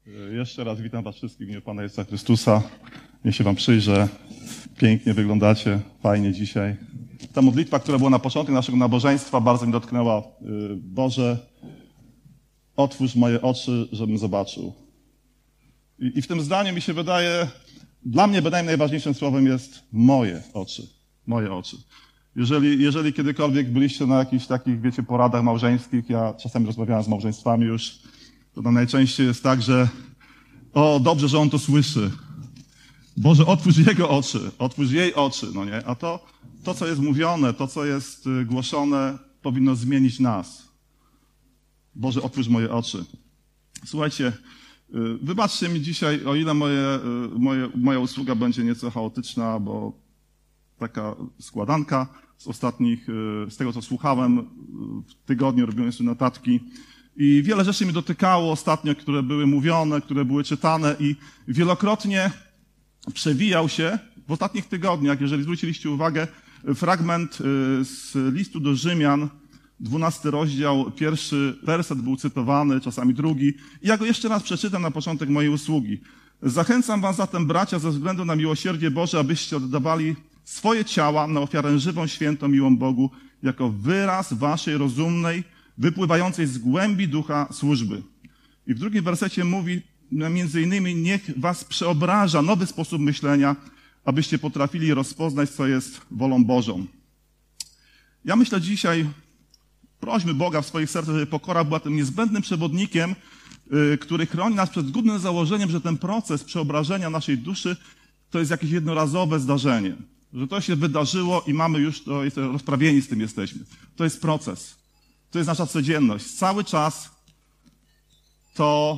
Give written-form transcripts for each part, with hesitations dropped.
Jeszcze raz witam Was wszystkich w imieniu Pana Jezusa Chrystusa. Niech się Wam przyjrzę. Pięknie wyglądacie, fajnie dzisiaj. Ta modlitwa, która była na początku naszego nabożeństwa, bardzo mnie dotknęła. Boże, otwórz moje oczy, żebym zobaczył. I w tym zdaniu mi się wydaje, dla mnie bynajmniej najważniejszym słowem jest moje oczy. Moje oczy. Jeżeli kiedykolwiek byliście na jakichś takich, wiecie, poradach małżeńskich, ja czasami rozmawiałem z małżeństwami już, to najczęściej jest tak, że dobrze, że on to słyszy. Boże, otwórz jego oczy, otwórz jej oczy, no nie? A to, co jest mówione, to, co jest głoszone, powinno zmienić nas. Boże, otwórz moje oczy. Słuchajcie, wybaczcie mi dzisiaj, o ile moja usługa będzie nieco chaotyczna, bo taka składanka z tego, co słuchałem w tygodniu, robiłem sobie notatki. I wiele rzeczy mnie dotykało ostatnio, które były mówione, które były czytane i wielokrotnie przewijał się w ostatnich tygodniach, jeżeli zwróciliście uwagę, fragment z listu do Rzymian, 12 rozdział, pierwszy werset był cytowany, czasami drugi. I ja go jeszcze raz przeczytam na początek mojej usługi. Zachęcam was zatem, bracia, ze względu na miłosierdzie Boże, abyście oddawali swoje ciała na ofiarę żywą, świętą, miłą Bogu, jako wyraz waszej rozumnej, wypływającej z głębi ducha służby. I w drugim wersecie mówi między innymi, niech was przeobraża nowy sposób myślenia, abyście potrafili rozpoznać, co jest wolą Bożą. Ja myślę dzisiaj, prośmy Boga w swoich sercach, żeby pokora była tym niezbędnym przewodnikiem, który chroni nas przed zgubnym założeniem, że ten proces przeobrażenia naszej duszy to jest jakieś jednorazowe zdarzenie. Że to się wydarzyło i mamy już to, rozprawieni z tym jesteśmy. To jest proces. To jest nasza codzienność. Cały czas to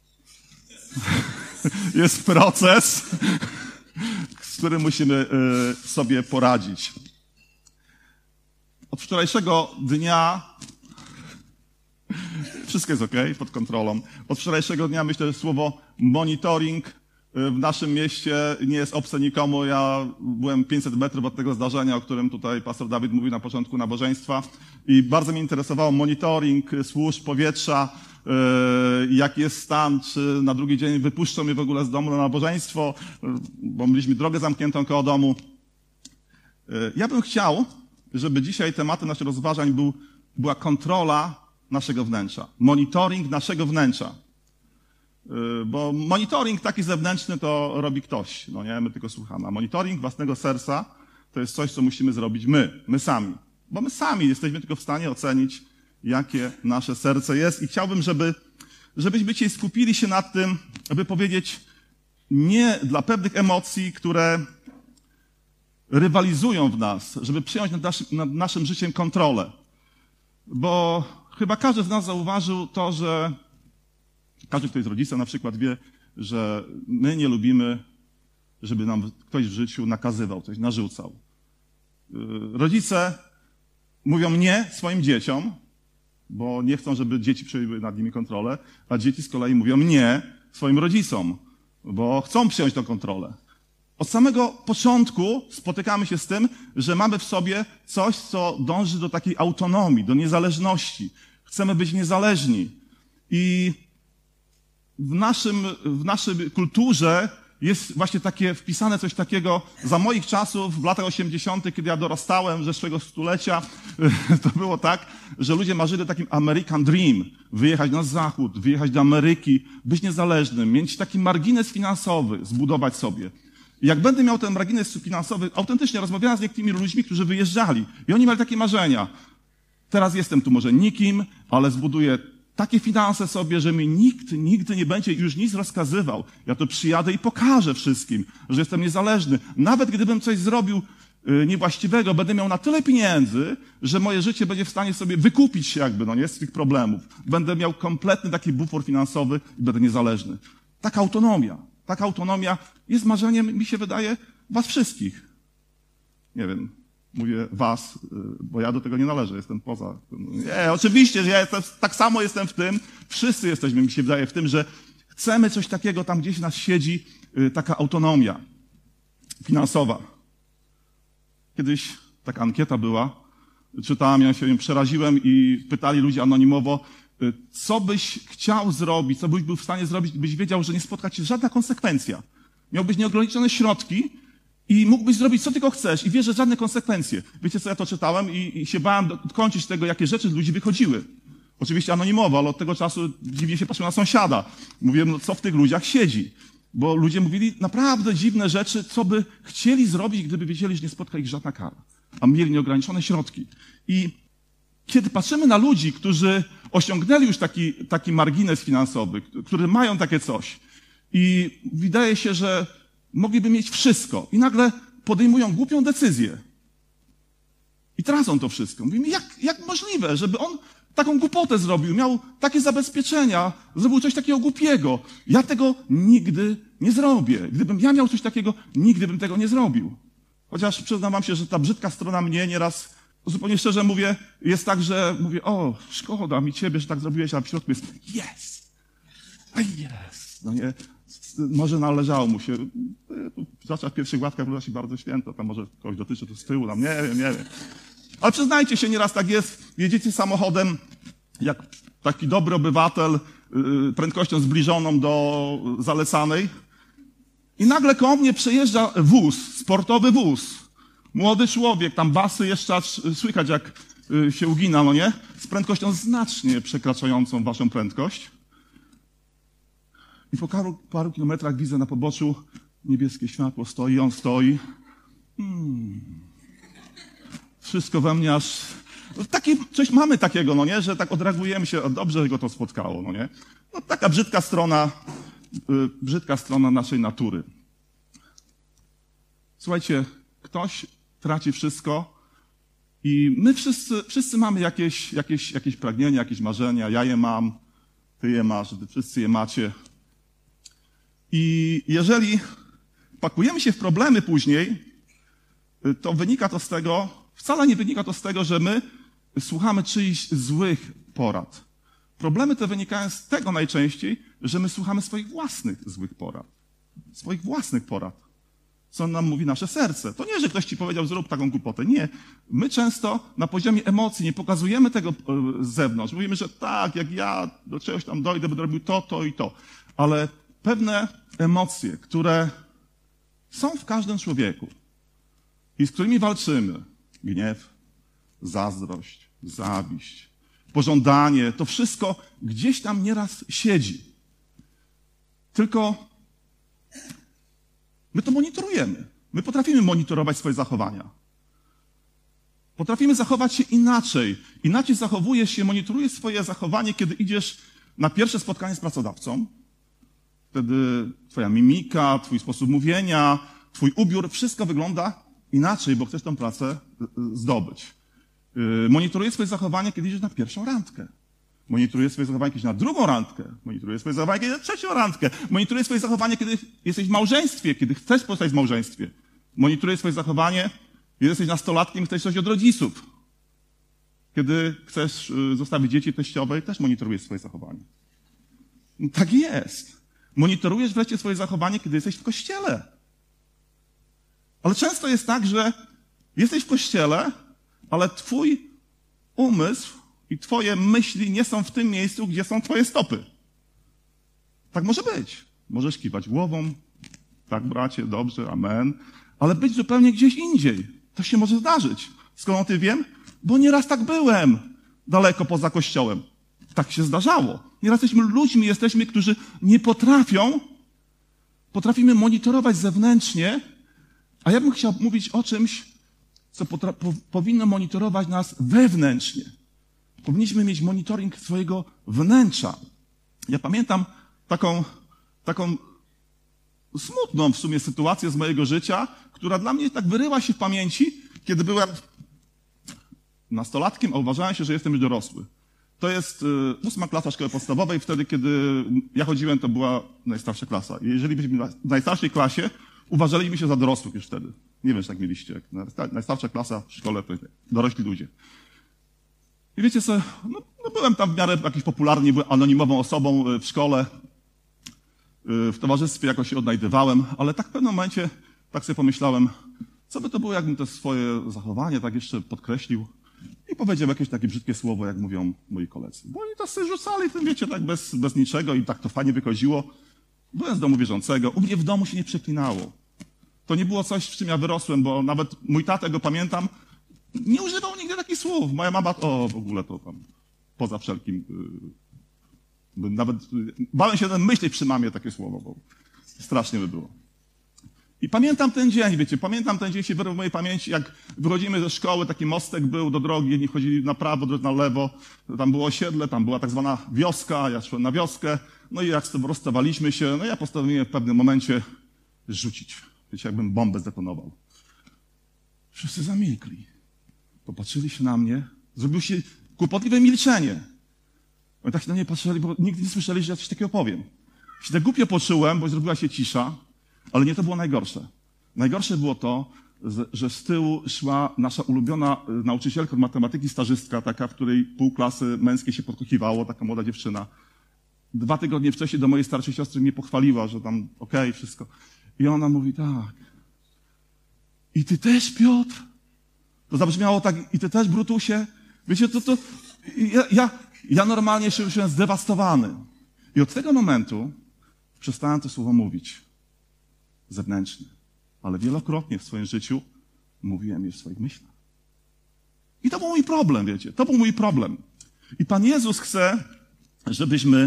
jest proces, z którym musimy sobie poradzić. Od wczorajszego dnia wszystko jest okej, pod kontrolą. Od wczorajszego dnia myślę, że słowo monitoring w naszym mieście nie jest obce nikomu. Ja byłem 500 metrów od tego zdarzenia, o którym tutaj pastor Dawid mówił na początku nabożeństwa i bardzo mnie interesował monitoring służb powietrza, jaki jest stan, czy na drugi dzień wypuszczą mnie w ogóle z domu na nabożeństwo, bo mieliśmy drogę zamkniętą koło domu. Ja bym chciał, żeby dzisiaj tematem naszych rozważań była kontrola naszego wnętrza, monitoring naszego wnętrza. Bo monitoring taki zewnętrzny to robi ktoś, no nie, my tylko słuchamy. A monitoring własnego serca to jest coś, co musimy zrobić my sami. Bo my sami jesteśmy tylko w stanie ocenić, jakie nasze serce jest. I chciałbym, żebyśmy dzisiaj skupili się nad tym, aby powiedzieć nie dla pewnych emocji, które rywalizują w nas, żeby przyjąć nad naszym życiem kontrolę. Bo chyba każdy z nas zauważył to, że każdy, kto jest rodzicem na przykład wie, że my nie lubimy, żeby nam ktoś w życiu nakazywał, coś narzucał. Rodzice mówią nie swoim dzieciom, bo nie chcą, żeby dzieci przejęły nad nimi kontrolę, a dzieci z kolei mówią nie swoim rodzicom, bo chcą przyjąć tę kontrolę. Od samego początku spotykamy się z tym, że mamy w sobie coś, co dąży do takiej autonomii, do niezależności. Chcemy być niezależni. I w naszej kulturze jest właśnie takie wpisane coś takiego, za moich czasów, w latach 80., kiedy ja dorastałem, zeszłego stulecia, to było tak, że ludzie marzyli o takim American Dream, wyjechać na zachód, wyjechać do Ameryki, być niezależnym, mieć taki margines finansowy, zbudować sobie. I jak będę miał ten margines finansowy, autentycznie rozmawiałem z niektórymi ludźmi, którzy wyjeżdżali i oni mieli takie marzenia. Teraz jestem tu może nikim, ale zbuduję takie finanse sobie, że mi nikt nigdy nie będzie już nic rozkazywał. Ja to przyjadę i pokażę wszystkim, że jestem niezależny. Nawet gdybym coś zrobił niewłaściwego, będę miał na tyle pieniędzy, że moje życie będzie w stanie sobie wykupić się jakby, no nie, z tych problemów. Będę miał kompletny taki bufor finansowy i będę niezależny. Taka autonomia jest marzeniem, mi się wydaje, was wszystkich. Nie wiem. Mówię was, bo ja do tego nie należę, jestem poza. Nie, oczywiście, że ja tak samo jestem w tym, wszyscy jesteśmy, mi się wydaje, w tym, że chcemy coś takiego, tam gdzieś nas siedzi taka autonomia finansowa. Kiedyś taka ankieta była, czytałem, ja się ją przeraziłem i pytali ludzie anonimowo, co byś chciał zrobić, co byś był w stanie zrobić, gdybyś wiedział, że nie spotka cię żadna konsekwencja. Miałbyś nieograniczone środki i mógłbyś zrobić, co tylko chcesz i wiesz, że żadne konsekwencje. Wiecie, co ja to czytałem i się bałem dokończyć tego, jakie rzeczy z ludzi wychodziły. Oczywiście anonimowo, ale od tego czasu dziwnie się patrzyłem na sąsiada. Mówiłem, no co w tych ludziach siedzi? Bo ludzie mówili naprawdę dziwne rzeczy, co by chcieli zrobić, gdyby wiedzieli, że nie spotka ich żadna kara. A mieli nieograniczone środki. I kiedy patrzymy na ludzi, którzy osiągnęli już taki margines finansowy, którzy mają takie coś i wydaje się, że mogliby mieć wszystko i nagle podejmują głupią decyzję i tracą to wszystko. Mówimy, jak możliwe, żeby on taką głupotę zrobił, miał takie zabezpieczenia, zrobił coś takiego głupiego. Ja tego nigdy nie zrobię. Gdybym ja miał coś takiego, nigdy bym tego nie zrobił. Chociaż przyznam wam się, że ta brzydka strona mnie nieraz, zupełnie szczerze mówię, jest tak, że mówię, o, szkoda mi ciebie, że tak zrobiłeś, a w środku jest, no nie, może należało mu się, zwłaszcza w pierwszych łatkach wygląda się bardzo święto, tam może kogoś dotyczy to z tyłu, tam nie wiem. Ale przyznajcie się, nieraz tak jest, jedziecie samochodem, jak taki dobry obywatel, prędkością zbliżoną do zalecanej i nagle koło mnie przejeżdża wóz, sportowy wóz. Młody człowiek, tam basy jeszcze słychać jak się ugina, no nie? Z prędkością znacznie przekraczającą waszą prędkość. I po paru kilometrach widzę na poboczu niebieskie światło, stoi, on stoi. Wszystko we mnie aż... Coś mamy takiego, no nie? Że tak odreagujemy się, dobrze, że go to spotkało, no nie? No taka brzydka strona naszej natury. Słuchajcie, ktoś traci wszystko i my wszyscy mamy jakieś pragnienia, jakieś marzenia. Ja je mam, ty je masz, wy wszyscy je macie. I jeżeli pakujemy się w problemy później, to wynika to z tego, wcale nie wynika to z tego, że my słuchamy czyichś złych porad. Problemy te wynikają z tego najczęściej, że my słuchamy swoich własnych złych porad. Swoich własnych porad. Co nam mówi nasze serce. To nie, że ktoś ci powiedział, zrób taką głupotę. Nie. My często na poziomie emocji nie pokazujemy tego z zewnątrz. Mówimy, że tak, jak ja do czegoś tam dojdę, będę robił to i to. Ale pewne emocje, które są w każdym człowieku i z którymi walczymy, gniew, zazdrość, zawiść, pożądanie, to wszystko gdzieś tam nieraz siedzi. Tylko my to monitorujemy. My potrafimy monitorować swoje zachowania. Potrafimy zachować się inaczej. Inaczej zachowujesz się, monitorujesz swoje zachowanie, kiedy idziesz na pierwsze spotkanie z pracodawcą. Wtedy twoja mimika, twój sposób mówienia, twój ubiór, wszystko wygląda inaczej, bo chcesz tę pracę zdobyć. Monitorujesz swoje zachowanie, kiedy idziesz na pierwszą randkę. Monitorujesz swoje zachowanie, kiedy idziesz na drugą randkę. Monitorujesz swoje zachowanie, kiedy idziesz na trzecią randkę. Monitorujesz swoje zachowanie, kiedy jesteś w małżeństwie, kiedy chcesz pozostać w małżeństwie. Monitorujesz swoje zachowanie, kiedy jesteś nastolatkiem i chcesz coś od rodziców. Kiedy chcesz zostawić dzieci teściowej, też monitorujesz swoje zachowanie. Tak jest. Monitorujesz wreszcie swoje zachowanie, kiedy jesteś w kościele. Ale często jest tak, że jesteś w kościele, ale twój umysł i twoje myśli nie są w tym miejscu, gdzie są twoje stopy. Tak może być. Możesz kiwać głową, tak bracie, dobrze, amen, ale być zupełnie gdzieś indziej. To się może zdarzyć. Skąd o tym wiem? Bo nieraz tak byłem, daleko poza kościołem. Tak się zdarzało. Nieraz jesteśmy, którzy nie potrafimy monitorować zewnętrznie, a ja bym chciał mówić o czymś, co powinno monitorować nas wewnętrznie. Powinniśmy mieć monitoring swojego wnętrza. Ja pamiętam taką smutną w sumie sytuację z mojego życia, która dla mnie tak wyryła się w pamięci, kiedy byłem nastolatkiem, a uważałem się, że jestem już dorosły. To jest 8. klasa szkoły podstawowej. Wtedy, kiedy ja chodziłem, to była najstarsza klasa. I jeżeli byliśmy w najstarszej klasie, uważaliśmy się za dorosłych już wtedy. Nie wiem, czy tak mieliście. Najstarsza klasa w szkole, to dorośli ludzie. I wiecie co, no byłem tam w miarę jakiś popularny, byłem anonimową osobą w szkole. W towarzystwie jakoś się odnajdywałem, ale tak w pewnym momencie tak sobie pomyślałem, co by to było, jakbym to swoje zachowanie tak jeszcze podkreślił. I i powiedział jakieś takie brzydkie słowo, jak mówią moi koledzy. Bo oni to sobie rzucali tym, wiecie, tak bez niczego i tak to fajnie wychodziło. Byłem z domu wierzącego, u mnie w domu się nie przeklinało. To nie było coś, w czym ja wyrosłem, bo nawet mój tata, go pamiętam, nie używał nigdy takich słów. Moja mama, w ogóle to tam poza wszelkim, nawet bałem się myśleć przy mamie takie słowo, bo strasznie by było. I pamiętam ten dzień, wiecie, się wyrwał w mojej pamięci, jak wychodzimy ze szkoły, taki mostek był do drogi, jedni chodzili na prawo, drudzy na lewo, tam było osiedle, tam była tak zwana wioska, ja szłem na wioskę, no i jak rozstawaliśmy się, no ja postanowiłem w pewnym momencie rzucić, wiecie, jakbym bombę zdetonował. Wszyscy zamilkli, popatrzyli się na mnie, zrobiło się kłopotliwe milczenie. Oni tak się na mnie patrzyli, bo nigdy nie słyszeli, że ja coś takiego powiem. Się tak głupio poczułem, bo zrobiła się cisza, ale nie to było najgorsze. Najgorsze było to, że z tyłu szła nasza ulubiona nauczycielka od matematyki, stażystka, taka, w której pół klasy męskiej się podkochiwało, taka młoda dziewczyna. 2 tygodnie wcześniej do mojej starszej siostry mnie pochwaliła, że tam okej, wszystko. I ona mówi tak. I ty też, Piotr? To zabrzmiało tak, i ty też, Brutusie? Wiecie, ja normalnie się zdewastowany. I od tego momentu przestałem to słowo mówić. Zewnętrznie. Ale wielokrotnie w swoim życiu mówiłem je w swoich myślach. I to był mój problem, wiecie. To był mój problem. I Pan Jezus chce, żebyśmy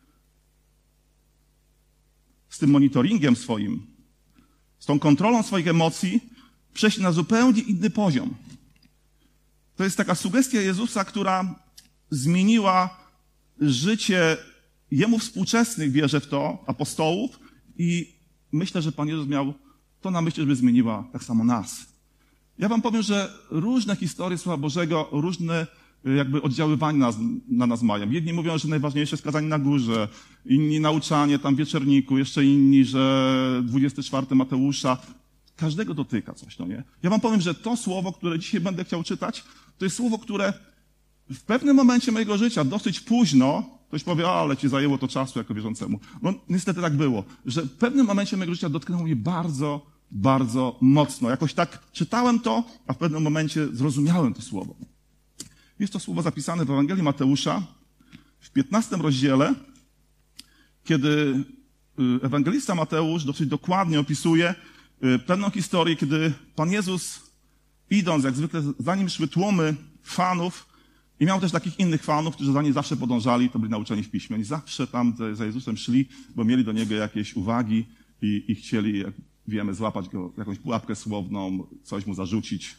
z tym monitoringiem swoim, z tą kontrolą swoich emocji przeszli na zupełnie inny poziom. To jest taka sugestia Jezusa, która zmieniła życie Jemu współczesnych, wierzę w to, apostołów i myślę, że Pan Jezus miał to na myśli, żeby zmieniła tak samo nas. Ja wam powiem, że różne historie Słowa Bożego, różne jakby oddziaływania na nas mają. Jedni mówią, że najważniejsze skazanie na górze, inni nauczanie tam w wieczorniku, jeszcze inni, że 24 Mateusza. Każdego dotyka coś, no nie? Ja wam powiem, że to słowo, które dzisiaj będę chciał czytać, to jest słowo, które w pewnym momencie mojego życia, dosyć późno, ktoś powie, ale ci zajęło to czasu jako wierzącemu. No niestety tak było, że w pewnym momencie mojego życia dotknęło mnie bardzo, bardzo mocno. Jakoś tak czytałem to, a w pewnym momencie zrozumiałem to słowo. Jest to słowo zapisane w Ewangelii Mateusza w 15 rozdziale, kiedy ewangelista Mateusz dosyć dokładnie opisuje pewną historię, kiedy Pan Jezus, idąc, jak zwykle, za nim szły tłumy fanów i miał też takich innych fanów, którzy za nim zawsze podążali, to byli nauczeni w piśmie. Oni zawsze tam za Jezusem szli, bo mieli do niego jakieś uwagi i chcieli, jak wiemy, złapać go, jakąś pułapkę słowną, coś mu zarzucić.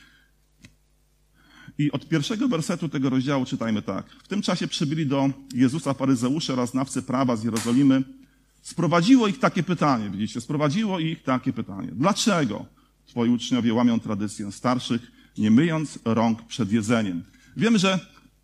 I od 1 wersetu tego rozdziału czytajmy tak. W tym czasie przybyli do Jezusa faryzeusze oraz znawcy prawa z Jerozolimy. Sprowadziło ich takie pytanie, widzicie? Sprowadziło ich takie pytanie. Dlaczego twoi uczniowie łamią tradycję starszych, nie myjąc rąk przed jedzeniem? Wiemy, że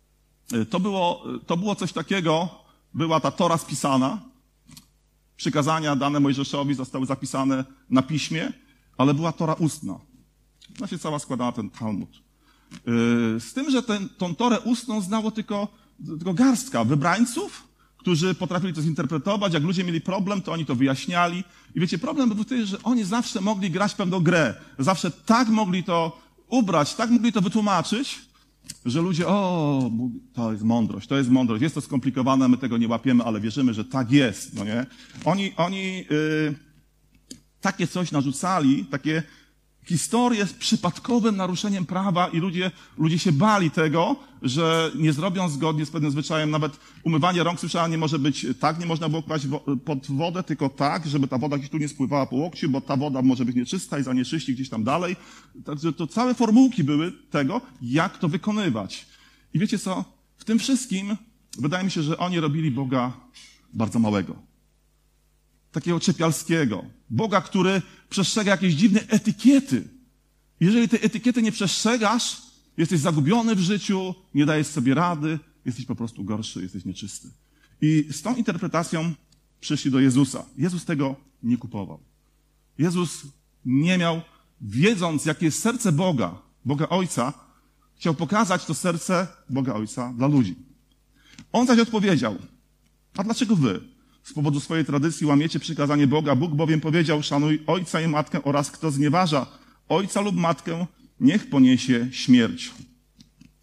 to było coś takiego, była ta Tora spisana, przykazania dane Mojżeszowi zostały zapisane na piśmie, ale była Tora ustna. Ona się cała składała na ten Talmud. Z tym, że tą Torę ustną znało tylko garstka wybrańców, którzy potrafili to zinterpretować. Jak ludzie mieli problem, to oni to wyjaśniali. I wiecie, problem był w tym, że oni zawsze mogli grać pewną grę. Zawsze tak mogli to ubrać, tak mogli to wytłumaczyć, że ludzie, to jest mądrość, jest to skomplikowane, my tego nie łapiemy, ale wierzymy, że tak jest, no nie? Oni takie coś narzucali, takie historie z przypadkowym naruszeniem prawa i ludzie się bali tego, że nie zrobią zgodnie z pewnym zwyczajem. Nawet umywanie rąk, słyszałem, nie może być tak, nie można było kłaść pod wodę, tylko tak, żeby ta woda gdzieś tu nie spływała po łokciu, bo ta woda może być nieczysta i zanieczyści gdzieś tam dalej. Także to całe formułki były tego, jak to wykonywać. I wiecie co? W tym wszystkim wydaje mi się, że oni robili Boga bardzo małego. Takiego czepialskiego. Boga, który przestrzega jakieś dziwne etykiety. Jeżeli tej etykiety nie przestrzegasz, jesteś zagubiony w życiu, nie dajesz sobie rady, jesteś po prostu gorszy, jesteś nieczysty. I z tą interpretacją przyszli do Jezusa. Jezus tego nie kupował. Jezus nie miał, wiedząc, jakie jest serce Boga, Boga Ojca, chciał pokazać to serce Boga Ojca dla ludzi. On zaś odpowiedział, a dlaczego wy? Z powodu swojej tradycji łamiecie przykazanie Boga. Bóg bowiem powiedział, szanuj ojca i matkę oraz kto znieważa ojca lub matkę, niech poniesie śmierć.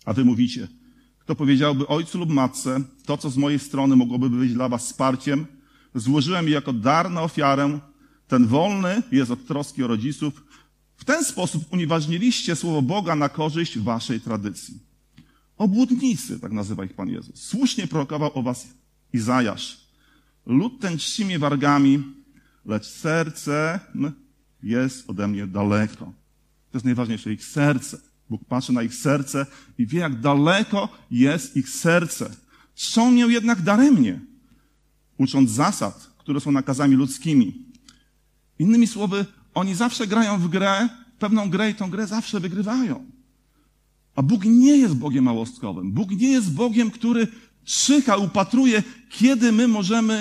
A wy mówicie, kto powiedziałby ojcu lub matce, to co z mojej strony mogłoby być dla was wsparciem, złożyłem je jako dar na ofiarę, ten wolny jest od troski o rodziców. W ten sposób unieważniliście słowo Boga na korzyść waszej tradycji. Obłudnicy, tak nazywa ich Pan Jezus. Słusznie prorokował o was Izajasz. Lud ten czci mnie wargami, lecz serce jest ode mnie daleko. To jest najważniejsze, ich serce. Bóg patrzy na ich serce i wie, jak daleko jest ich serce. Czczą mnie jednak daremnie, ucząc zasad, które są nakazami ludzkimi. Innymi słowy, oni zawsze grają w grę, pewną grę i tą grę zawsze wygrywają. A Bóg nie jest Bogiem małostkowym. Bóg nie jest Bogiem, który czyha, upatruje, kiedy my możemy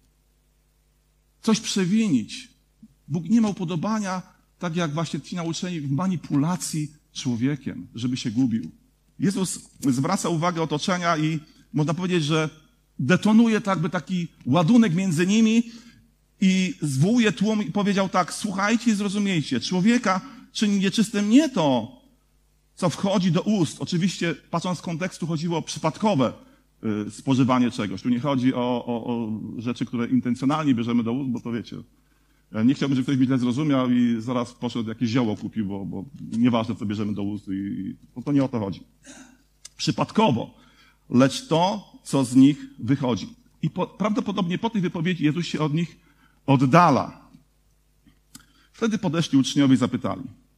coś przewinić. Bóg nie ma upodobania, tak jak właśnie ci nauczeni, w manipulacji człowiekiem, żeby się gubił. Jezus zwraca uwagę otoczenia i można powiedzieć, że detonuje tak jakby taki ładunek między nimi i zwołuje tłum i powiedział tak, słuchajcie i zrozumiejcie, człowieka czyni nieczystym nie to, co wchodzi do ust. Oczywiście, patrząc z kontekstu, chodziło o przypadkowe spożywanie czegoś. Tu nie chodzi o rzeczy, które intencjonalnie bierzemy do ust, bo to wiecie. Ja nie chciałbym, żeby ktoś mi źle zrozumiał i zaraz poszedł jakieś zioło kupił, bo nieważne, co bierzemy do ust i to nie o to chodzi. Przypadkowo, lecz to, co z nich wychodzi. I prawdopodobnie po tej wypowiedzi Jezus się od nich oddala. Wtedy podeszli uczniowie i zapytali,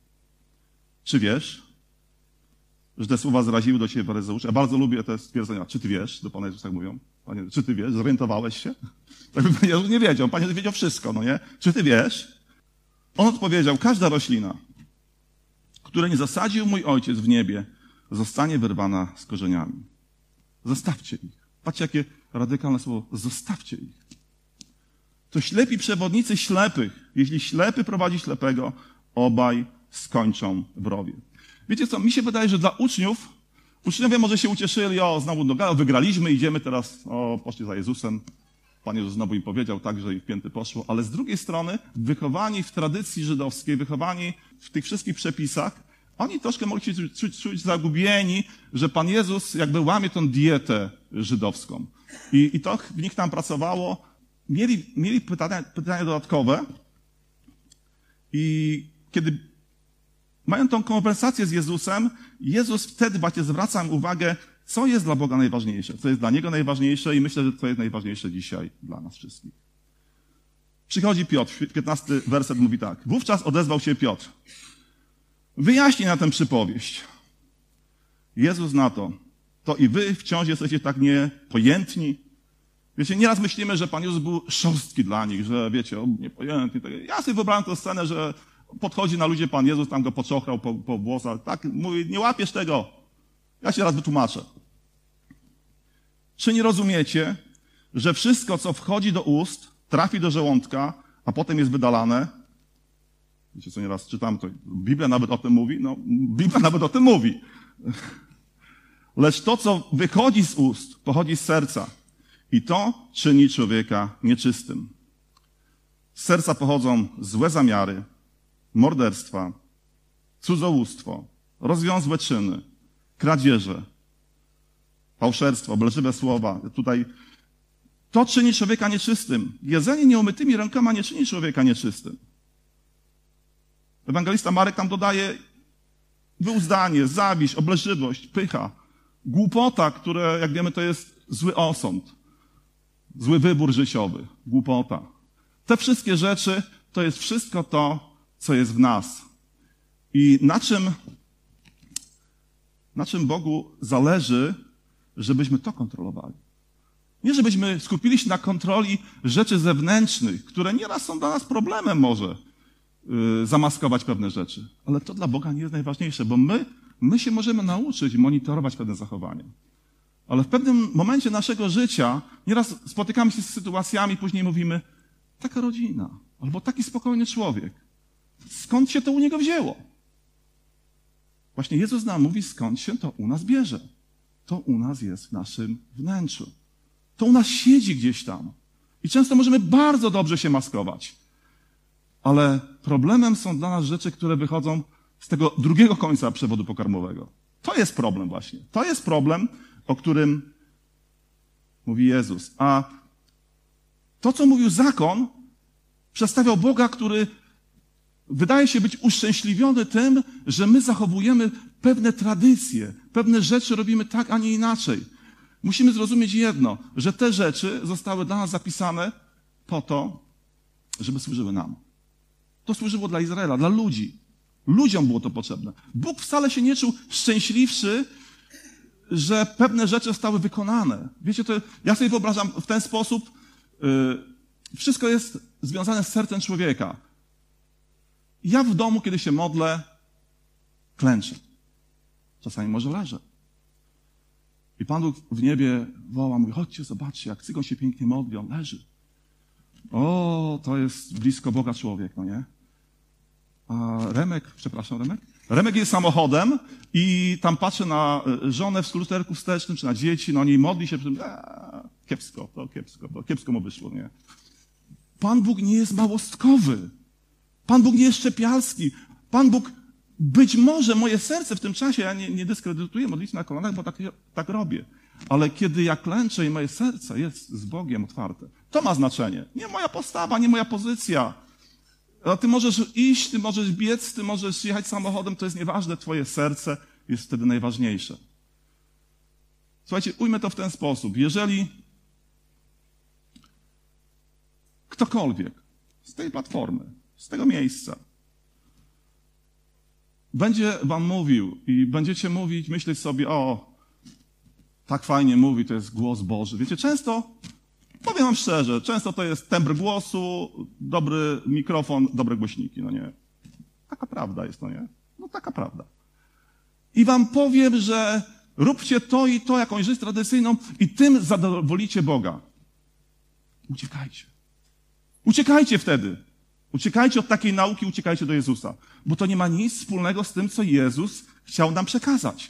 czy wiesz, że te słowa zraziły do ciebie faryzeusze? Ja bardzo lubię te stwierdzenia. Czy ty wiesz? Do Pana Jezusa tak mówią. Panie, czy ty wiesz? Zorientowałeś się? Tak by Pan Jezus nie wiedział. Pan Jezus wiedział wszystko, no nie? Czy ty wiesz? On odpowiedział, każda roślina, której nie zasadził mój Ojciec w niebie, zostanie wyrwana z korzeniami. Zostawcie ich. Patrzcie, jakie radykalne słowo. Zostawcie ich. To ślepi przewodnicy ślepych. Jeśli ślepy prowadzi ślepego, obaj skończą w rowie. Wiecie co, mi się wydaje, że dla uczniowie może się ucieszyli, znowu wygraliśmy, idziemy teraz, poszli za Jezusem. Pan Jezus znowu im powiedział, tak, że ich pięty poszło. Ale z drugiej strony, wychowani w tradycji żydowskiej, wychowani w tych wszystkich przepisach, oni troszkę mogli się czuć zagubieni, że Pan Jezus jakby łamie tą dietę żydowską. I to w nich tam pracowało. Mieli pytania dodatkowe i kiedy mają tą konwersację z Jezusem, Jezus wtedy właśnie zwraca im uwagę, co jest dla Boga najważniejsze, co jest dla Niego najważniejsze i myślę, że to jest najważniejsze dzisiaj dla nas wszystkich. Przychodzi Piotr, 15 werset mówi tak. Wówczas odezwał się Piotr. Wyjaśnij na tę przypowieść. Jezus na to i wy wciąż jesteście tak niepojętni. Wiecie, nieraz myślimy, że Pan Jezus był szorstki dla nich, że wiecie, niepojętny. Ja sobie wyobrażam tę scenę, że podchodzi na ludzie Pan Jezus, tam go poczochrał po włosach. Tak, mówi, nie łapiesz tego. Ja się raz wytłumaczę. Czy nie rozumiecie, że wszystko, co wchodzi do ust, trafi do żołądka, a potem jest wydalane? Wiecie, co nieraz czytam, to Biblia nawet o tym mówi? No, Biblia nawet o tym mówi. Lecz to, co wychodzi z ust, pochodzi z serca. I to czyni człowieka nieczystym. Z serca pochodzą złe zamiary, morderstwa, cudzołóstwo, rozwiązłe czyny, kradzieże, fałszerstwo, obelżywe słowa. Tutaj to czyni człowieka nieczystym. Jedzenie nieumytymi rękoma nie czyni człowieka nieczystym. Ewangelista Marek tam dodaje wyuzdanie, zawiść, obelżywość, pycha, głupota, które, jak wiemy, to jest zły osąd, zły wybór życiowy, głupota. Te wszystkie rzeczy to jest wszystko to, co jest w nas. I na czym Bogu zależy, żebyśmy to kontrolowali. Nie żebyśmy skupili się na kontroli rzeczy zewnętrznych, które nieraz są dla nas problemem może zamaskować pewne rzeczy. Ale to dla Boga nie jest najważniejsze, bo my się możemy nauczyć monitorować pewne zachowania. Ale w pewnym momencie naszego życia nieraz spotykamy się z sytuacjami, później mówimy, taka rodzina, albo taki spokojny człowiek. Skąd się to u niego wzięło? Właśnie Jezus nam mówi, skąd się to u nas bierze. To u nas jest w naszym wnętrzu. To u nas siedzi gdzieś tam. I często możemy bardzo dobrze się maskować. Ale problemem są dla nas rzeczy, które wychodzą z tego drugiego końca przewodu pokarmowego. To jest problem właśnie. To jest problem, o którym mówi Jezus. A to, co mówił zakon, przedstawiał Boga, który wydaje się być uszczęśliwiony tym, że my zachowujemy pewne tradycje, pewne rzeczy robimy tak, a nie inaczej. Musimy zrozumieć jedno, że te rzeczy zostały dla nas zapisane po to, żeby służyły nam. To służyło dla Izraela, dla ludzi. Ludziom było to potrzebne. Bóg wcale się nie czuł szczęśliwszy, że pewne rzeczy zostały wykonane. Wiecie, ja sobie wyobrażam w ten sposób, wszystko jest związane z sercem człowieka. Ja w domu, kiedy się modlę, klęczę. Czasami może leżę. I Pan Bóg w niebie woła, mówi, chodźcie, zobaczcie, jak cygon się pięknie modli, on leży. O, to jest blisko Boga człowiek, no nie? A Remek? Remek jest samochodem i tam patrzy na żonę w lusterku wstecznym, czy na dzieci, no nie modli się, kiepsko mu wyszło, nie? Pan Bóg nie jest małostkowy. Pan Bóg nie jest szczepialski. Pan Bóg, być może moje serce w tym czasie, ja nie dyskredytuję modlitwy na kolanach, bo tak robię. Ale kiedy ja klęczę i moje serce jest z Bogiem otwarte, to ma znaczenie. Nie moja postawa, nie moja pozycja. A ty możesz iść, ty możesz biec, ty możesz jechać samochodem, to jest nieważne, twoje serce jest wtedy najważniejsze. Słuchajcie, ujmę to w ten sposób. Jeżeli ktokolwiek z tej platformy, z tego miejsca będzie wam mówił i będziecie mówić, myśleć sobie, o, tak fajnie mówi, to jest głos Boży. Wiecie, często, powiem wam szczerze, często to jest tembr głosu, dobry mikrofon, dobre głośniki, no nie? Taka prawda jest, no nie? No taka prawda. I wam powiem, że róbcie to i to, jakąś rzecz tradycyjną i tym zadowolicie Boga. Uciekajcie. Uciekajcie wtedy. Uciekajcie od takiej nauki, uciekajcie do Jezusa. Bo to nie ma nic wspólnego z tym, co Jezus chciał nam przekazać.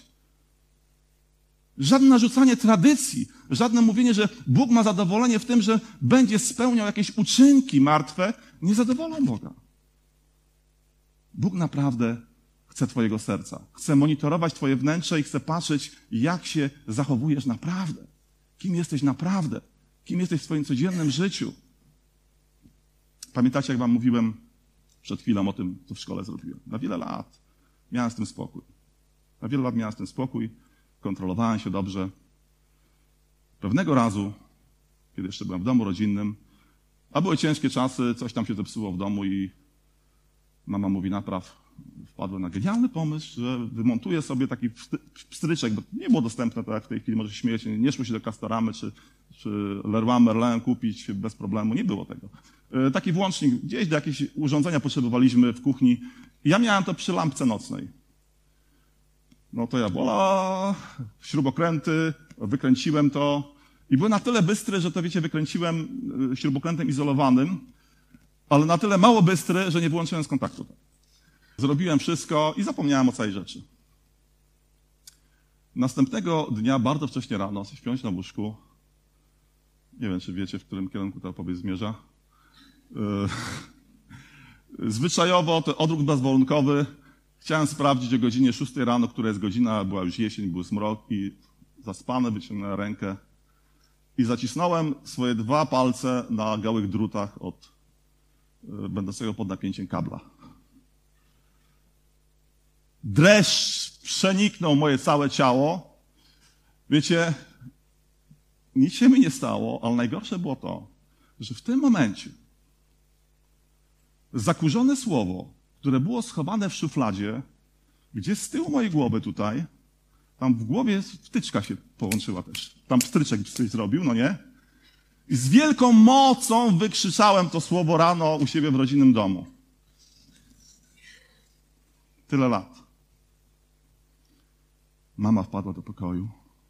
Żadne narzucanie tradycji, żadne mówienie, że Bóg ma zadowolenie w tym, że będzie spełniał jakieś uczynki martwe, nie zadowolą Boga. Bóg naprawdę chce twojego serca. Chce monitorować twoje wnętrze i chce patrzeć, jak się zachowujesz naprawdę. Kim jesteś naprawdę. Kim jesteś w swoim codziennym życiu. Pamiętacie, jak wam mówiłem przed chwilą o tym, co w szkole zrobiłem? Na wiele lat miałem z tym spokój. Na wiele lat miałem z tym spokój. Kontrolowałem się dobrze. Pewnego razu, kiedy jeszcze byłem w domu rodzinnym, a były ciężkie czasy, coś tam się zepsuło w domu i mama mówi, wpadłem na genialny pomysł, że wymontuję sobie taki pstryczek, bo nie było dostępne tak jak w tej chwili, może się śmiejecie, nie szło się do Castoramy czy Leroy Merlin kupić bez problemu, nie było tego. Taki włącznik, gdzieś do jakieś urządzenia potrzebowaliśmy w kuchni i ja miałem to przy lampce nocnej. No to ja śrubokręty, wykręciłem to i byłem na tyle bystry, że to wiecie, wykręciłem śrubokrętem izolowanym, ale na tyle mało bystry, że nie wyłączyłem z kontaktu. Zrobiłem wszystko i zapomniałem o całej rzeczy. Następnego dnia, bardzo wcześnie rano, śpiąc na łóżku, nie wiem, czy wiecie, w którym kierunku ta opowieść zmierza, zwyczajowo to odruch bezwarunkowy. Chciałem sprawdzić o godzinie 6 rano, która jest godzina, była już jesień, był smrok i zaspany wyciągnąłem rękę i zacisnąłem swoje 2 palce na gałych drutach od będącego pod napięciem kabla. Dreszcz przeniknął moje całe ciało. Wiecie, nic się mi nie stało, ale najgorsze było to, że w tym momencie zakurzone słowo, które było schowane w szufladzie, gdzie z tyłu mojej głowy tutaj, tam w głowie wtyczka się połączyła też. Tam pstryczek coś zrobił, no nie? I z wielką mocą wykrzyczałem to słowo rano u siebie w rodzinnym domu. Tyle lat. Mama wpadła do pokoju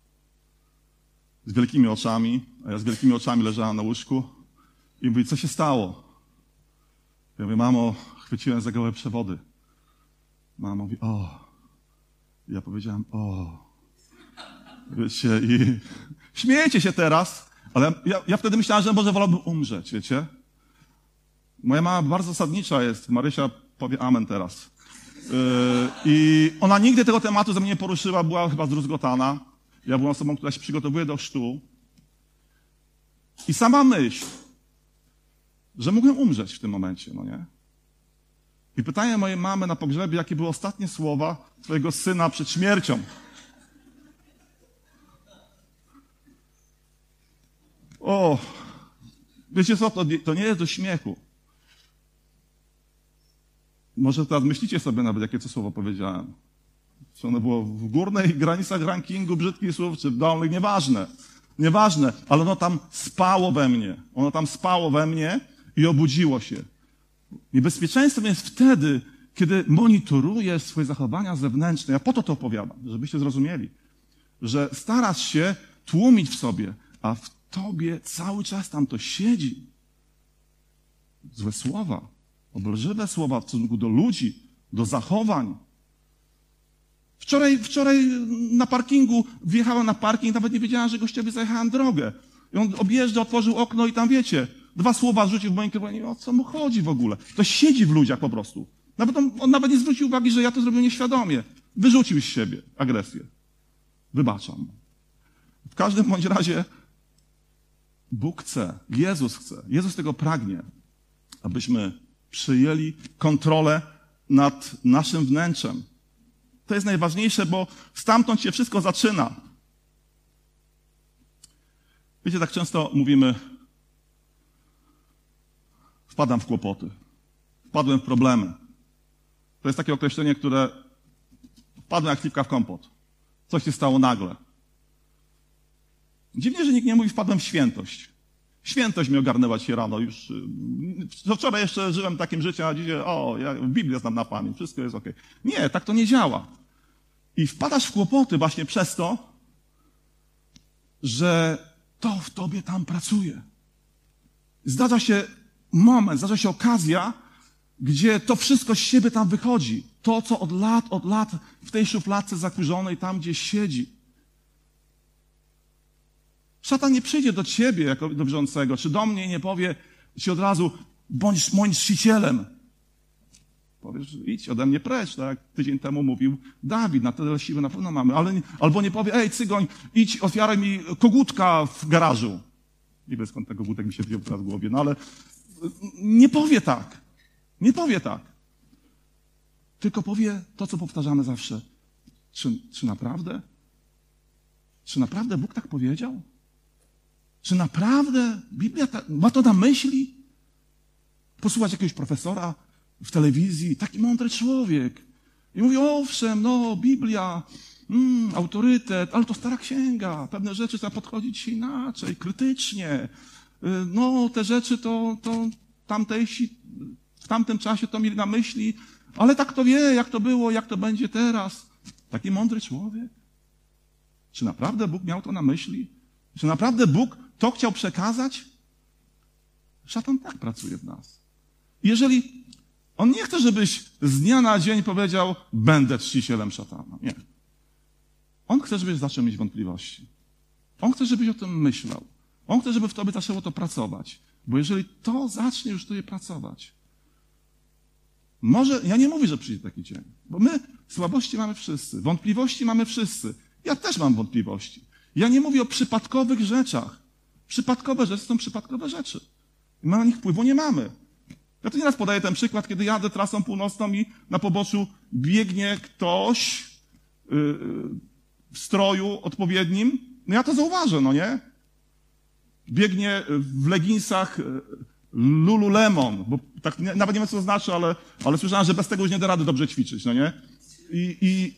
z wielkimi oczami, a ja z wielkimi oczami leżałem na łóżku i mówi, co się stało? Ja mówię, mamo, chwyciłem za gołe przewody. Mama mówi, o. Ja powiedziałem, o. Wiecie, i śmiejecie się teraz, ale ja wtedy myślałem, że może wolałbym umrzeć, wiecie. Moja mama bardzo zasadnicza jest. Marysia powie amen teraz. I ona nigdy tego tematu ze mnie nie poruszyła, była chyba zdruzgotana. Ja byłem osobą, która się przygotowuje do chrztu. I sama myśl, że mogłem umrzeć w tym momencie, no nie? I pytanie mojej mamy na pogrzebie, jakie były ostatnie słowa twojego syna przed śmiercią. O, wiecie co, to nie jest do śmiechu. Może teraz myślicie sobie nawet, jakie to słowo powiedziałem. Czy ono było w górnych granicach rankingu brzydkich słów, czy w dolnych, nieważne, ale ono tam spało we mnie. Ono tam spało we mnie i obudziło się. Niebezpieczeństwem jest wtedy, kiedy monitorujesz swoje zachowania zewnętrzne. Ja po to opowiadam, żebyście zrozumieli, że starasz się tłumić w sobie, a w tobie cały czas tam to siedzi. Złe słowa, obelżywe słowa w stosunku do ludzi, do zachowań. Wczoraj na parkingu wjechałem na parking, nawet nie wiedziałem, że gościowi zajechałem drogę. I on objeżdża, otworzył okno i tam wiecie, 2 słowa rzucił w moim kierunku. O co mu chodzi w ogóle? To siedzi w ludziach po prostu. Nawet on nawet nie zwrócił uwagi, że ja to zrobiłem nieświadomie. Wyrzucił z siebie agresję. Wybaczam. W każdym bądź razie Bóg chce, Jezus tego pragnie, abyśmy przyjęli kontrolę nad naszym wnętrzem. To jest najważniejsze, bo stamtąd się wszystko zaczyna. Wiecie, tak często mówimy, wpadam w kłopoty, wpadłem w problemy. To jest takie określenie, które wpadłem jak śliwka w kompot. Coś się stało nagle. Dziwnie, że nikt nie mówi, wpadłem w świętość. Świętość mnie ogarnęła dzisiaj rano. Już wczoraj jeszcze żyłem takim życiem, a dzisiaj, ja Biblię znam na pamięć, wszystko jest okej. Nie, tak to nie działa. I wpadasz w kłopoty właśnie przez to, że to w tobie tam pracuje. Zdarza się moment, zdarza się okazja, gdzie to wszystko z siebie tam wychodzi. To, co od lat w tej szufladce zakurzonej tam gdzieś siedzi. Szatan nie przyjdzie do ciebie jako do wierzącego, czy do mnie i nie powie ci od razu, bądź moim czcicielem. Powiesz, idź ode mnie precz, tak jak tydzień temu mówił Dawid, na tyle siły na pewno mamy, albo nie powie, ej cygoń, idź, ofiaruj mi kogutka w garażu. Nie wiem skąd ten kogutek mi się wziął teraz w głowie, no ale nie powie tak. Nie powie tak. Tylko powie to, co powtarzamy zawsze. Czy naprawdę? Czy naprawdę Bóg tak powiedział? Czy naprawdę Biblia ma to na myśli? Posłuchać jakiegoś profesora w telewizji, taki mądry człowiek. I mówi, owszem, Biblia, autorytet, ale to stara księga. Pewne rzeczy trzeba podchodzić inaczej, krytycznie. Te rzeczy to tamtejsi w tamtym czasie to mieli na myśli, ale tak to wie, jak to było, jak to będzie teraz. Taki mądry człowiek. Czy naprawdę Bóg miał to na myśli? Czy naprawdę Bóg to chciał przekazać? Szatan tak pracuje w nas. Jeżeli on nie chce, żebyś z dnia na dzień powiedział, będę czcicielem szatana. Nie. On chce, żebyś zaczął mieć wątpliwości. On chce, żebyś o tym myślał. On chce, żeby w tobie zaczęło to pracować. Bo jeżeli to zacznie już w tobie pracować, może, ja nie mówię, że przyjdzie taki dzień, bo my słabości mamy wszyscy, wątpliwości mamy wszyscy. Ja też mam wątpliwości. Ja nie mówię o przypadkowych rzeczach. Przypadkowe rzeczy są przypadkowe rzeczy. My na nich wpływu nie mamy. Ja tu nieraz podaję ten przykład, kiedy jadę trasą północną i na poboczu biegnie ktoś w stroju odpowiednim. No ja to zauważę, no nie? Biegnie w leginsach Lululemon, bo tak nawet nie wiem, co to znaczy, ale słyszałem, że bez tego już nie da rady dobrze ćwiczyć, no nie? I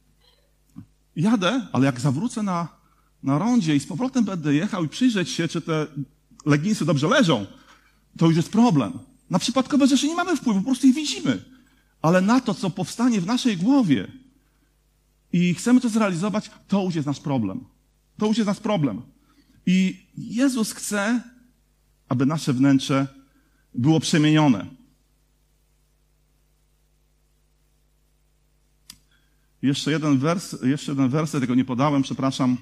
jadę, ale jak zawrócę na rondzie i z powrotem będę jechał i przyjrzeć się, czy te leginsy dobrze leżą, to już jest problem. Na przypadkowe rzeczy nie mamy wpływu, po prostu ich widzimy. Ale na to, co powstanie w naszej głowie i chcemy to zrealizować, to już jest nasz problem. To już jest nasz problem. I Jezus chce, aby nasze wnętrze było przemienione. Jeszcze jeden werset, tego nie podałem, przepraszam.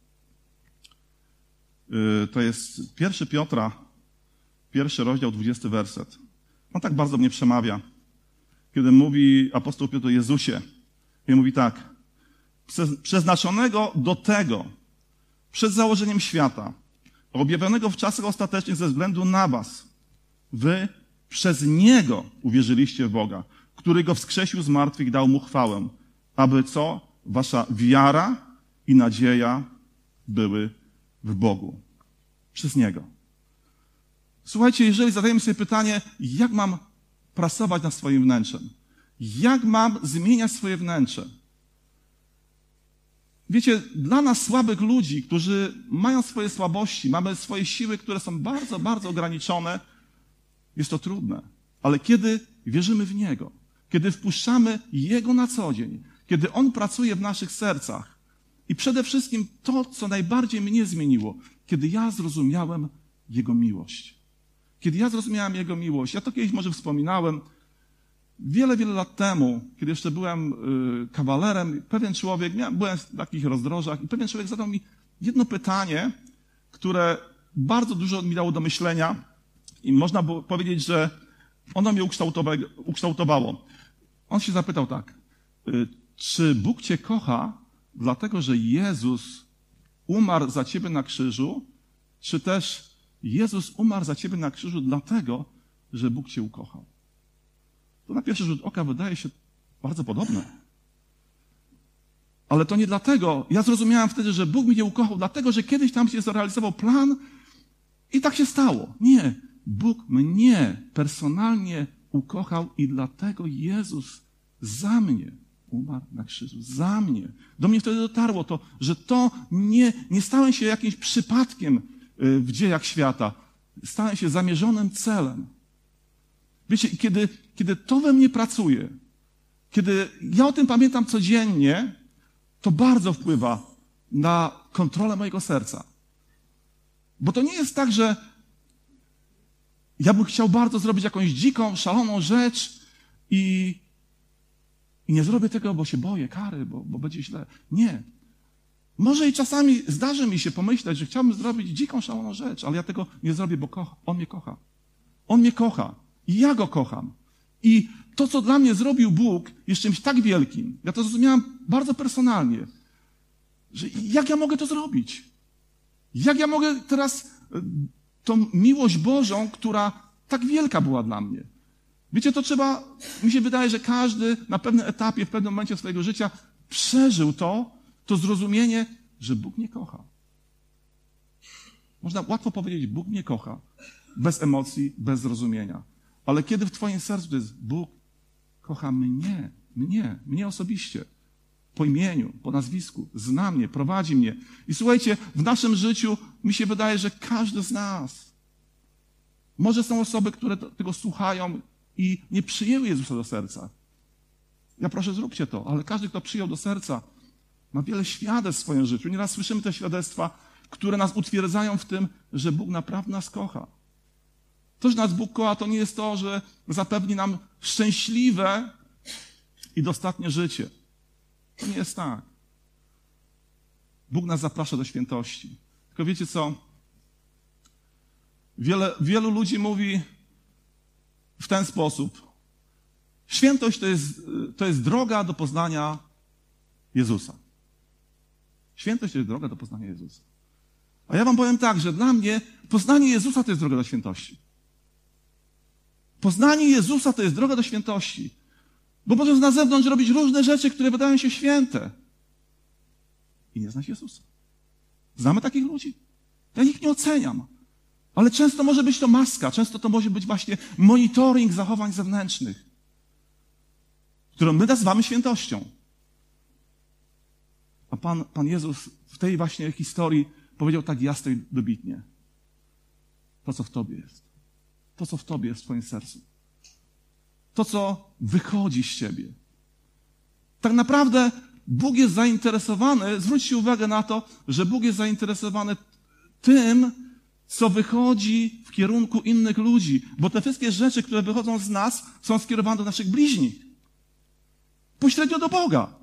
To jest 1 Piotra, 1 rozdział, 20 werset. On tak bardzo mnie przemawia. kiedy mówi apostoł Piotr o Jezusie. I mówi tak: przeznaczonego do tego przed założeniem świata, objawionego w czasach ostatecznych ze względu na was. Wy przez Niego uwierzyliście w Boga, który Go wskrzesił z martwych i dał Mu chwałę, aby co? Wasza wiara i nadzieja były w Bogu. Przez Niego. Słuchajcie, jeżeli zadajemy sobie pytanie, jak mam pracować nad swoim wnętrzem? Jak mam zmieniać swoje wnętrze? Wiecie, dla nas słabych ludzi, którzy mają swoje słabości, mamy swoje siły, które są bardzo, bardzo ograniczone, jest to trudne. Ale kiedy wierzymy w Niego, kiedy wpuszczamy Jego na co dzień, kiedy On pracuje w naszych sercach i przede wszystkim to, co najbardziej mnie zmieniło, kiedy ja zrozumiałem Jego miłość. Kiedy ja zrozumiałem Jego miłość, ja to kiedyś może wspominałem, wiele, wiele lat temu, kiedy jeszcze byłem kawalerem, pewien człowiek, byłem w takich rozdrożach i pewien człowiek zadał mi jedno pytanie, które bardzo dużo mi dało do myślenia i można było powiedzieć, że ono mnie ukształtowało. On się zapytał tak: czy Bóg cię kocha dlatego, że Jezus umarł za ciebie na krzyżu, czy też Jezus umarł za ciebie na krzyżu dlatego, że Bóg cię ukochał? To na pierwszy rzut oka wydaje się bardzo podobne. Ale to nie dlatego. Ja zrozumiałem wtedy, że Bóg mnie ukochał, dlatego, że kiedyś tam się zrealizował plan i tak się stało. Nie. Bóg mnie personalnie ukochał i dlatego Jezus za mnie umarł na krzyżu. Za mnie. Do mnie wtedy dotarło to, że to nie stałem się jakimś przypadkiem w dziejach świata. Stałem się zamierzonym celem. Wiecie, kiedy to we mnie pracuje, kiedy ja o tym pamiętam codziennie, to bardzo wpływa na kontrolę mojego serca. Bo to nie jest tak, że ja bym chciał bardzo zrobić jakąś dziką, szaloną rzecz i nie zrobię tego, bo się boję kary, bo będzie źle. Nie. Może i czasami zdarzy mi się pomyśleć, że chciałbym zrobić dziką, szaloną rzecz, ale ja tego nie zrobię, bo On mnie kocha. On mnie kocha. I ja Go kocham. I to, co dla mnie zrobił Bóg, jest czymś tak wielkim. Ja to zrozumiałem bardzo personalnie, że jak ja mogę to zrobić? Jak ja mogę teraz tą miłość Bożą, która tak wielka była dla mnie? Wiecie, to trzeba, mi się wydaje, że każdy na pewnym etapie, w pewnym momencie swojego życia przeżył to zrozumienie, że Bóg mnie kocha. Można łatwo powiedzieć, Bóg mnie kocha, bez emocji, bez zrozumienia. Ale kiedy w twoim sercu to jest Bóg kocha mnie osobiście, po imieniu, po nazwisku, zna mnie, prowadzi mnie. I słuchajcie, w naszym życiu mi się wydaje, że każdy z nas, może są osoby, które tego słuchają i nie przyjęły Jezusa do serca. Ja proszę, zróbcie to, ale każdy, kto przyjął do serca, ma wiele świadectw w swoim życiu. Nieraz słyszymy te świadectwa, które nas utwierdzają w tym, że Bóg naprawdę nas kocha. To, że nas Bóg kocha, to nie jest to, że zapewni nam szczęśliwe i dostatnie życie. To nie jest tak. Bóg nas zaprasza do świętości. Tylko wiecie co? Wielu ludzi mówi w ten sposób. Świętość to jest droga do poznania Jezusa. Świętość to jest droga do poznania Jezusa. A ja wam powiem tak, że dla mnie poznanie Jezusa to jest droga do świętości. Poznanie Jezusa to jest droga do świętości. Bo możesz na zewnątrz robić różne rzeczy, które wydają się święte. I nie znać Jezusa. Znamy takich ludzi? Ja ich nie oceniam. Ale często może być to maska, często to może być właśnie monitoring zachowań zewnętrznych, którą my nazywamy świętością. A Pan Jezus w tej właśnie historii powiedział tak jasno i dobitnie. To, co w tobie jest. To, co w tobie jest w twoim sercu. To, co wychodzi z ciebie. Tak naprawdę Bóg jest zainteresowany, zwróćcie uwagę na to, że Bóg jest zainteresowany tym, co wychodzi w kierunku innych ludzi. Bo te wszystkie rzeczy, które wychodzą z nas, są skierowane do naszych bliźnich. Pośrednio do Boga.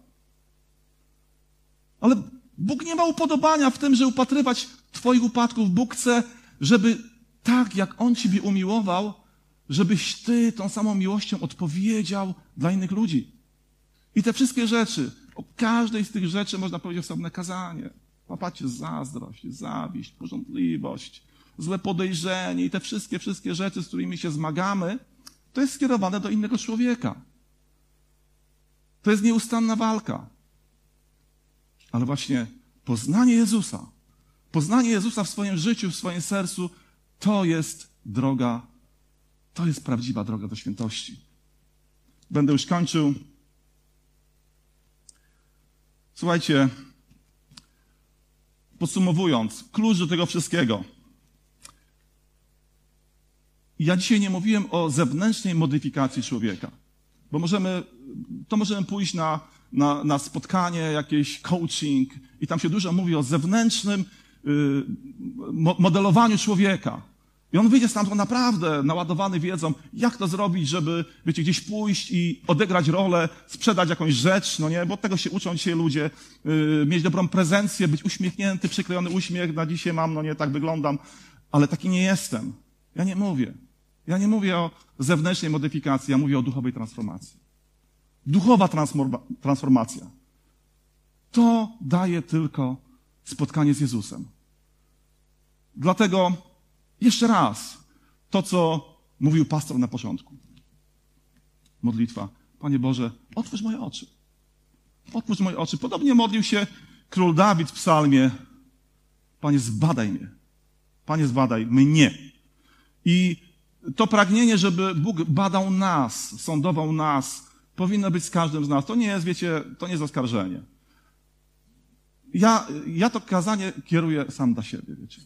Ale Bóg nie ma upodobania w tym, żeby upatrywać twoich upadków. Bóg chce, żeby tak, jak On ciebie umiłował, żebyś Ty tą samą miłością odpowiedział dla innych ludzi. I te wszystkie rzeczy, o każdej z tych rzeczy można powiedzieć osobne kazanie. Popatrzcie, zazdrość, zawiść, pożądliwość, złe podejrzenie i te wszystkie rzeczy, z którymi się zmagamy, to jest skierowane do innego człowieka. To jest nieustanna walka. Ale właśnie poznanie Jezusa w swoim życiu, w swoim sercu, to jest droga, to jest prawdziwa droga do świętości. Będę już kończył. Słuchajcie, podsumowując, klucz do tego wszystkiego. Ja dzisiaj nie mówiłem o zewnętrznej modyfikacji człowieka, bo możemy pójść na spotkanie, jakieś coaching i tam się dużo mówi o zewnętrznym modelowaniu człowieka. I on wyjdzie stamtąd naprawdę naładowany wiedzą, jak to zrobić, żeby, wiecie, gdzieś pójść i odegrać rolę, sprzedać jakąś rzecz, no nie, bo tego się uczą dzisiaj ludzie, mieć dobrą prezencję, być uśmiechnięty, przyklejony uśmiech, na dzisiaj mam, no nie, tak wyglądam, ale taki nie jestem. Ja nie mówię o zewnętrznej modyfikacji, ja mówię o duchowej transformacji. Duchowa transformacja. To daje tylko spotkanie z Jezusem. Dlatego jeszcze raz to, co mówił pastor na początku. Modlitwa. Panie Boże, otwórz moje oczy. Otwórz moje oczy. Podobnie modlił się król Dawid w psalmie. Panie, zbadaj mnie. Panie, zbadaj mnie. I to pragnienie, żeby Bóg badał nas, sądował nas, powinno być z każdym z nas. To nie jest, wiecie, to nie jest oskarżenie. Ja to kazanie kieruję sam dla siebie, wiecie.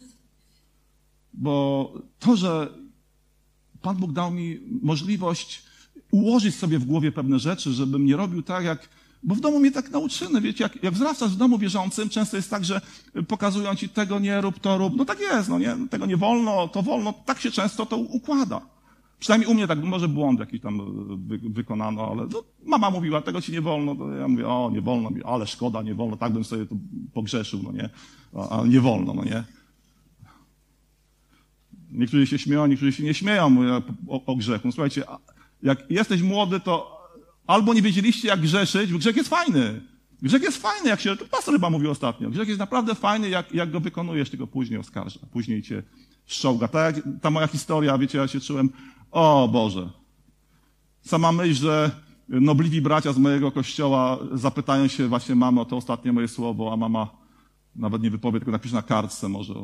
Bo to, że Pan Bóg dał mi możliwość ułożyć sobie w głowie pewne rzeczy, żebym nie robił tak, jak... Bo w domu mnie tak nauczymy, wiecie, jak wzrastasz w domu wierzącym, często jest tak, że pokazują ci tego nie rób, to rób. No tak jest, no nie, tego nie wolno, to wolno. Tak się często to układa. Przynajmniej u mnie tak, może błąd jakiś tam wykonano, ale no, mama mówiła, tego ci nie wolno, to ja mówię, o, nie wolno mi, ale szkoda, nie wolno, tak bym sobie to pogrzeszył, no nie, a nie wolno, no nie. Niektórzy się śmieją, niektórzy się nie śmieją o grzechu. Słuchajcie, jak jesteś młody, to albo nie wiedzieliście, jak grzeszyć, bo grzech jest fajny. Grzech jest fajny, jak się, to pastor chyba mówił ostatnio, grzech jest naprawdę fajny, jak go wykonujesz, tylko później oskarża, później cię szczołga. Tak jak ta moja historia, wiecie, ja się czułem, o Boże. Sama myśl, że nobliwi bracia z mojego kościoła zapytają się właśnie mamy o to ostatnie moje słowo, a mama nawet nie wypowie, tylko napisze na kartce może.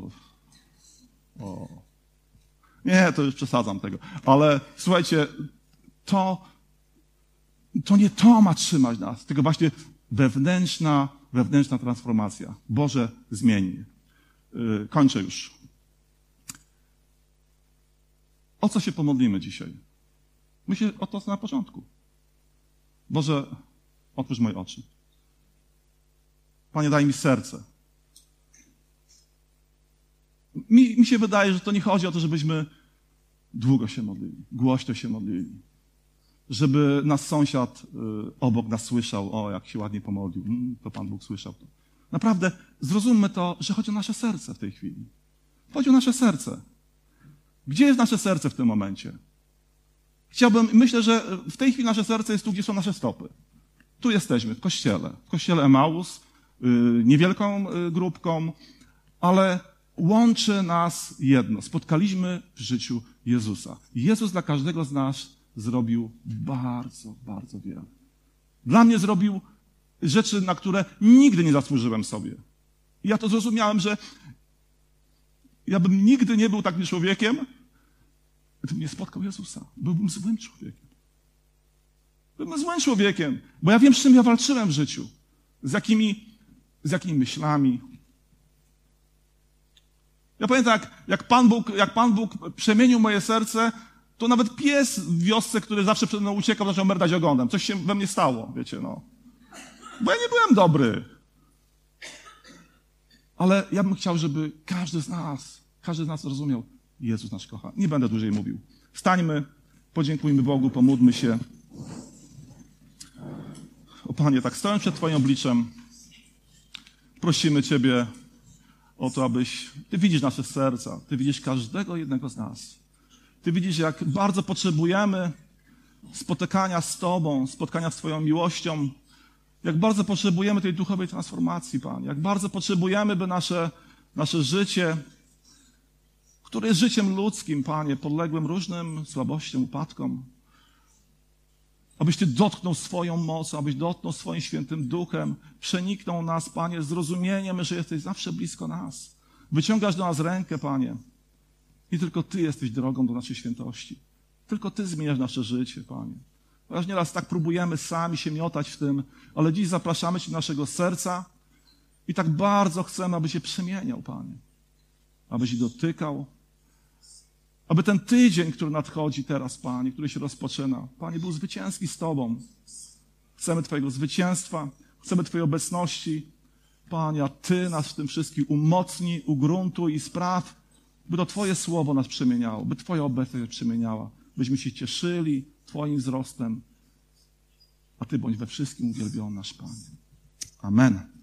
Nie, to już przesadzam tego. Ale słuchajcie, to nie to ma trzymać nas, tylko właśnie wewnętrzna transformacja. Boże, zmień mnie. Kończę już. O co się pomodlimy dzisiaj? Myślę o to na początku. Boże, otwórz moje oczy. Panie, daj mi serce. Mi się wydaje, że to nie chodzi o to, żebyśmy długo się modlili, głośno się modlili. Żeby nas sąsiad obok nas słyszał, o, jak się ładnie pomodlił, to Pan Bóg słyszał to. Naprawdę zrozummy to, że chodzi o nasze serce w tej chwili. Chodzi o nasze serce. Gdzie jest nasze serce w tym momencie? Myślę, że w tej chwili nasze serce jest tu, gdzie są nasze stopy. Tu jesteśmy, w kościele Emaus, niewielką grupką, ale łączy nas jedno. Spotkaliśmy w życiu Jezusa. Jezus dla każdego z nas zrobił bardzo, bardzo wiele. Dla mnie zrobił rzeczy, na które nigdy nie zasłużyłem sobie. I ja to zrozumiałem, że ja bym nigdy nie był takim człowiekiem, gdybym nie spotkał Jezusa. Byłbym złym człowiekiem. Byłbym złym człowiekiem, bo ja wiem, z czym ja walczyłem w życiu. Z jakimi myślami. Ja pamiętam, jak Pan Bóg przemienił moje serce, to nawet pies w wiosce, który zawsze przed mną uciekał, zaczął merdać ogonem. Coś się we mnie stało, wiecie, no. Bo ja nie byłem dobry. Ale ja bym chciał, żeby każdy z nas rozumiał, Jezus nas kocha. Nie będę dłużej mówił. Wstańmy, podziękujmy Bogu, pomódlmy się. O Panie, tak stojąc przed Twoim obliczem, prosimy Ciebie o to, abyś... Ty widzisz nasze serca, Ty widzisz każdego jednego z nas. Ty widzisz, jak bardzo potrzebujemy spotykania z Tobą, spotkania z Twoją miłością, jak bardzo potrzebujemy tej duchowej transformacji, Panie. Jak bardzo potrzebujemy, by nasze życie, które jest życiem ludzkim, Panie, podległym różnym słabościom, upadkom, abyś Ty dotknął swoją mocą, abyś dotknął swoim świętym duchem, przeniknął nas, Panie, zrozumieniem, że jesteś zawsze blisko nas. Wyciągasz do nas rękę, Panie. I tylko Ty jesteś drogą do naszej świętości. Tylko Ty zmieniasz nasze życie, Panie. Chociaż nieraz tak próbujemy sami się miotać w tym, ale dziś zapraszamy Cię do naszego serca i tak bardzo chcemy, aby się przemieniał, Panie. Abyś dotykał. Aby ten tydzień, który nadchodzi teraz, Panie, który się rozpoczyna, Panie, był zwycięski z Tobą. Chcemy Twojego zwycięstwa, chcemy Twojej obecności. Panie, a Ty nas w tym wszystkim umocnij, ugruntuj i spraw, by to Twoje słowo nas przemieniało, by Twoja obecność przemieniała, byśmy się cieszyli Twoim wzrostem, a Ty bądź we wszystkim uwielbiony nasz Panie. Amen.